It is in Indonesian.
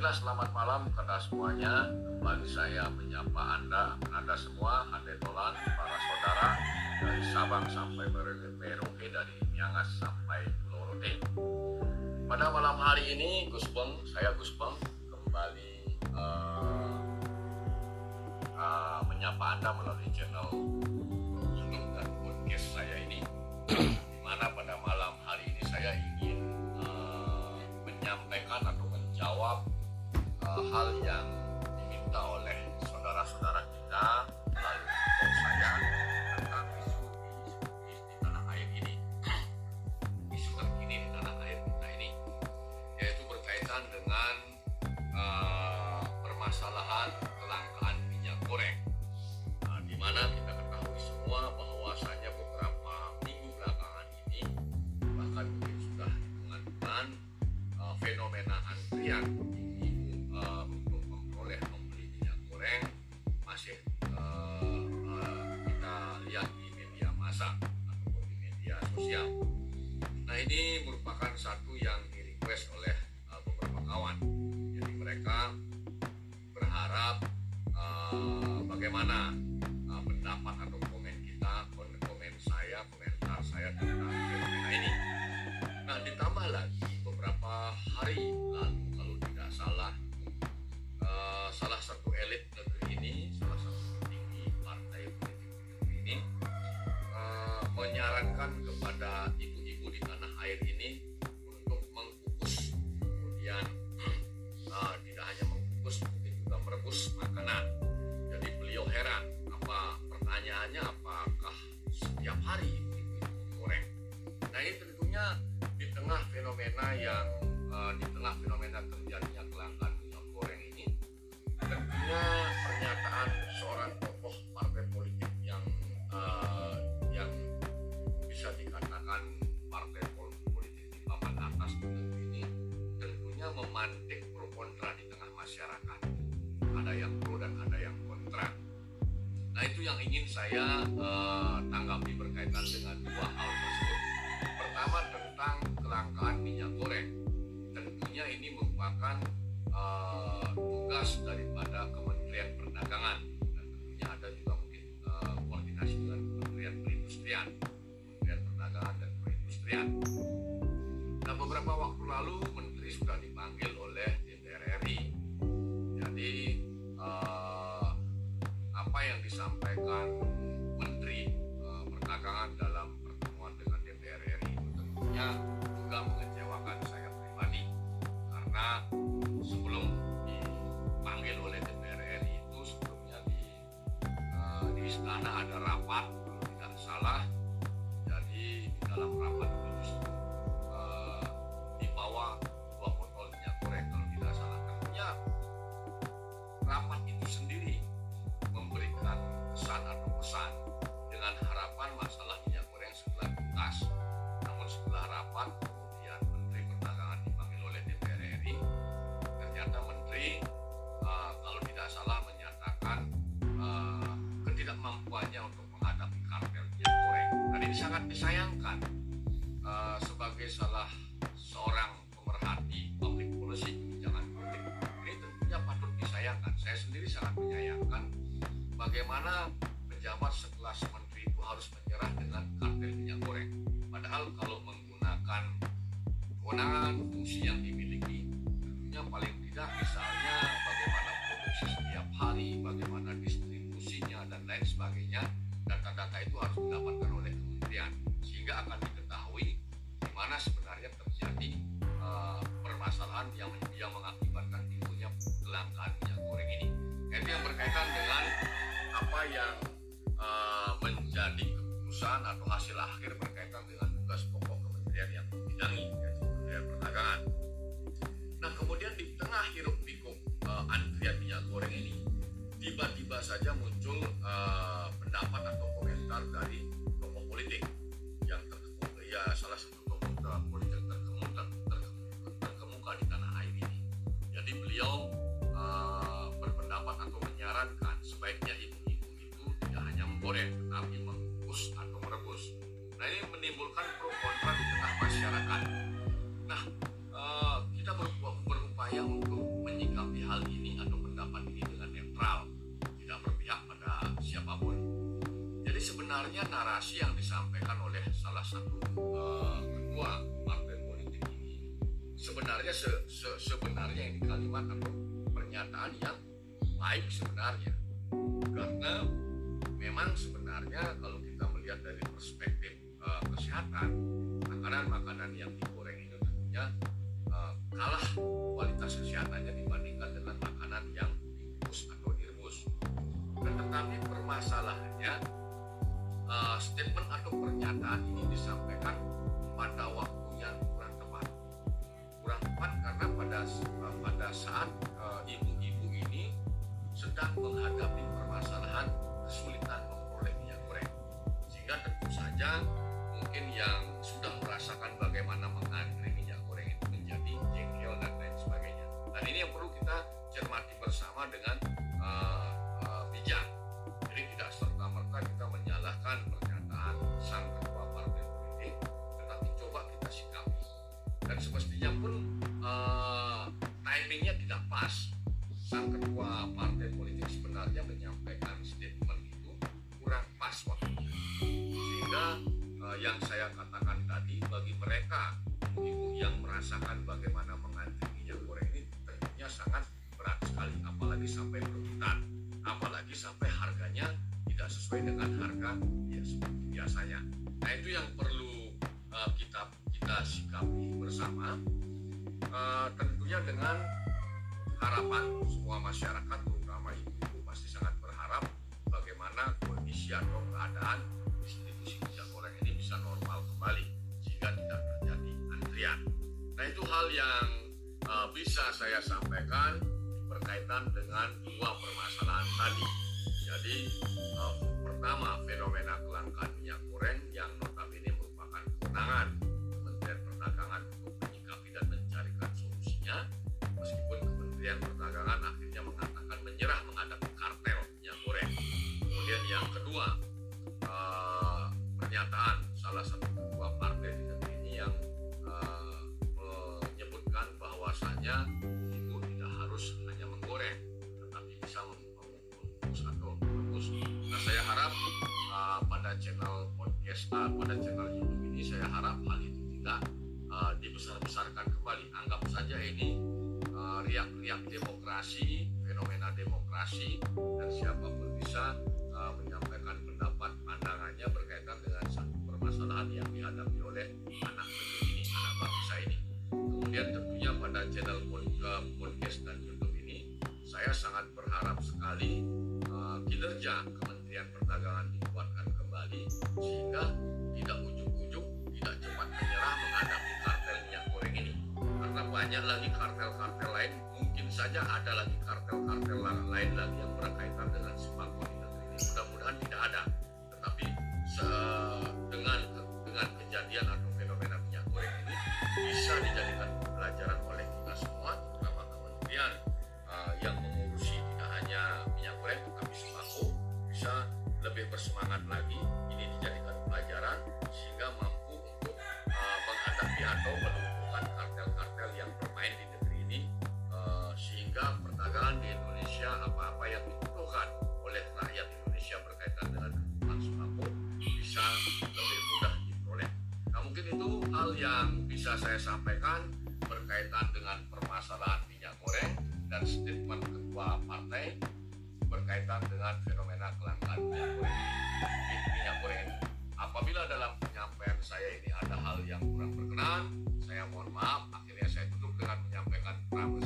Baiklah, selamat malam kepada semuanya. Kembali saya menyapa Anda semua, Ande Tolan, para saudara dari Sabang sampai Merauke, dari Miangas sampai Pulau Rote. Pada malam hari ini, saya Gus Peng kembali menyapa Anda melalui channel YouTube dan podcast saya ini, di mana pada malam hari ini saya ingin menyampaikan atau menjawab hal yang diminta oleh saudara-saudara kita melalui blog saya tentang isu di tanah air ini, isu terkini di tanah air kita ini, yaitu berkaitan dengan permasalahan kelangkaan minyak goreng, di mana kita ketahui semua bahwasanya beberapa minggu belakangan ini, bahkan mungkin sudah hitungan bulan, fenomena antrian untuk memperoleh membeli minyak goreng masih kita lihat di media massa ataupun di media sosial. Nah, ini merupakan satu yang di-request oleh beberapa kawan. Jadi mereka berharap bagaimana pendapat atau komentar saya tentang fenomena ini. Nah, ditambah lagi beberapa hari lalu, kalau tidak salah, salah satu elit negeri ini, salah satu petinggi partai politik negeri ini menyarankan kepada ibu-ibu di tanah air ini untuk mengukus, kemudian tidak hanya mengukus, mungkin juga merebus makanan. Jadi beliau heran, pertanyaannya apakah setiap hari ibu-ibu menggoreng? Nah, ini tentunya di tengah fenomena terjadinya kelangkaan minyak goreng ini, tentunya pernyataan seorang tokoh partai politik yang bisa dikatakan partai politik di papan atas di negeri ini, tentunya memantik pro kontra di tengah masyarakat. Ada yang pro dan ada yang kontra. Nah, itu yang ingin saya tanggapi berkaitan dengan dua hal tersebut. Pertama, tentang kelangkaan minyak goreng. Tentunya ini merupakan tugas daripada Kementerian Perdagangan, dan tentunya ada juga mungkin koordinasi dengan Kementerian Perindustrian, Kementerian Perdagangan dan Perindustrian. Nah, beberapa waktu lalu Menteri sudah dipanggil oleh DPR RI. Jadi apa yang disampaikan Menteri Perdagangan dalam pertemuan dengan DPR RI itu tentunya juga mengecewakan saya pribadi, karena sebelum dipanggil oleh DPR RI itu sebelumnya di istana ada rapat kalau tidak salah. Jadi di dalam rapat itu justru dibawa 2 botol minyak goreng kalau tidak salah. Tentunya rapat itu sendiri memberikan kesan atau pesan dengan harapan masalah minyak goreng segera tuntas. Namun setelah rapat kemudian Menteri Perdagangan dipanggil oleh DPR RI, ternyata Menteri kalau tidak salah menyatakan ketidakmampuannya untuk menghadapi kartel minyak goreng. Dan ini sangat disayangkan. Sebagai salah seorang pemerhati public policy, kebijakan publik, ini tentunya patut disayangkan. Saya sendiri sangat menyayangkan bagaimana pejabat sekelas menteri itu harus menyerah dengan kartel minyak goreng. Padahal kalau menggunakan kewenangan fungsi yang dimiliki, tentunya paling tidak misalnya bagaimana produksi setiap hari, bagaimana distribusinya dan lain sebagainya, data-data itu harus didapatkan oleh kementerian, sehingga akan diketahui di mana sebenarnya terjadi permasalahan yang mengakibatkan timbulnya kelangkaan minyak goreng ini. Itu yang berkaitan dengan apa yang menjadi keputusan atau hasil akhir berkaitan dengan tugas pokok kementerian yang membidangi, yaitu Kementerian Perdagangan. Nah, kemudian di tengah hiruk pikuk antrian minyak goreng ini, tiba-tiba saja muncul pendapat atau komentar dari tokoh politik yang salah satu tokoh politik terkemuka di tanah air ini. Jadi beliau berpendapat atau menyarankan sebaiknya ibu-ibu itu tidak hanya menggoreng tetapi mengukus atau merebus. sebenarnya narasi yang disampaikan oleh salah satu ketua partai politik ini sebenarnya sebenarnya ini kalimat atau pernyataan yang baik sebenarnya, karena memang sebenarnya kalau kita melihat dari perspektif kesehatan, makanan-makanan yang digoreng itu tentunya kalah kualitas kesehatannya dibandingkan dengan makanan yang dikukus atau direbus. Tetapi permasalahannya statement atau pernyataan ini disampaikan pada waktu yang kurang tepat. Kurang tepat karena pada saat ibu-ibu ini sedang menghadapi permasalahan kesulitan memperoleh minyak goreng, sehingga tentu saja mungkin yang sudah merasakan bagaimana mengantri minyak goreng itu menjadi jengkel dan lain sebagainya. Dan ini yang perlu kita cermati bersama dengan bijak. Jadi tidak serta-merta kita menyalahkan pernyataan sang ketua partai politik, tetapi coba kita sikapi. Dan semestinya pun timingnya tidak pas. Sang ketua partai politik sebenarnya menyampaikan statement itu kurang pas waktunya. Sehingga yang saya katakan tadi, bagi mereka ibu yang merasakan bagaimana mengantri minyak goreng ini tentunya sangat berat sekali, apalagi sampai berebutan, apalagi sampai harganya tidak sesuai dengan harga ya seperti biasanya. Nah, itu yang perlu kita sikapi bersama, tentunya dengan harapan semua masyarakat, terutama ibu pasti sangat berharap bagaimana kondisi atau keadaan distribusi minyak goreng ini bisa normal kembali sehingga tidak terjadi antrian. Nah, itu hal yang bisa saya sampaikan berkaitan dengan dua permasalahan tadi. Jadi pertama, fenomena kelangkaan minyak goreng yang notabene merupakan kewenangan Kementerian Perdagangan untuk menyikapi dan mencarikan solusinya, meskipun Kementerian Perdagangan akhirnya mengatakan menyerah menghadapi kartel minyak goreng. Kemudian yang kedua, pernyataan salah satu ketua partai di negeri ini yang menyebutkan bahwasanya ibu tidak harus hanya menggoreng, tetapi bisa mengukus atau merebus. Nah, saya harap pada channel podcast, pada channel YouTube ini, saya harap hal itu tidak dibesar-besarkan kembali. Anggap saja ini riak-riak demokrasi, fenomena demokrasi, dan siapapun bisa menyampaikan pendapat pandangannya berkaitan dengan satu permasalahan yang dihadapi oleh anak negeri ini, anak bangsa ini. Kemudian tentunya pada channel podcast dan YouTube ini, saya sangat berharap sekali kinerja Kementerian Perdagangan dikuatkan kembali sehingga tidak ujuk-ujuk, tidak cepat menyerah menghadapi kartel minyak goreng ini. Karena banyak lagi kartel-kartel lain, mungkin saja ada lagi kartel-kartel lain lagi yang berkaitan dengan sembako di negeri ini. Mudah-mudahan tidak ada. Tetapi dengan kejadian atau fenomena minyak goreng ini bisa dijadikan pelajaran oleh kita semua, terutama kementerian yang mengurusi tidak hanya minyak goreng tetapi sembako, bisa lebih bersemangat lagi. Ini dijadikan pelajaran sehingga mampu untuk menghadapi atau melumpuhkan kartel-kartel yang bermain di negeri ini, sehingga perdagangan di Indonesia, apa-apa yang dibutuhkan oleh rakyat Indonesia berkaitan dengan kebutuhan sembako bisa lebih mudah diperoleh. Nah, mungkin itu hal yang bisa saya sampaikan berkaitan dengan permasalahan minyak goreng dan statement ketua partai berkaitan dengan fenomena kelangkaan minyak goreng ini. Apabila dalam penyampaian saya ini ada hal yang kurang berkenan, saya mohon maaf. Akhirnya saya tutup dengan menyampaikan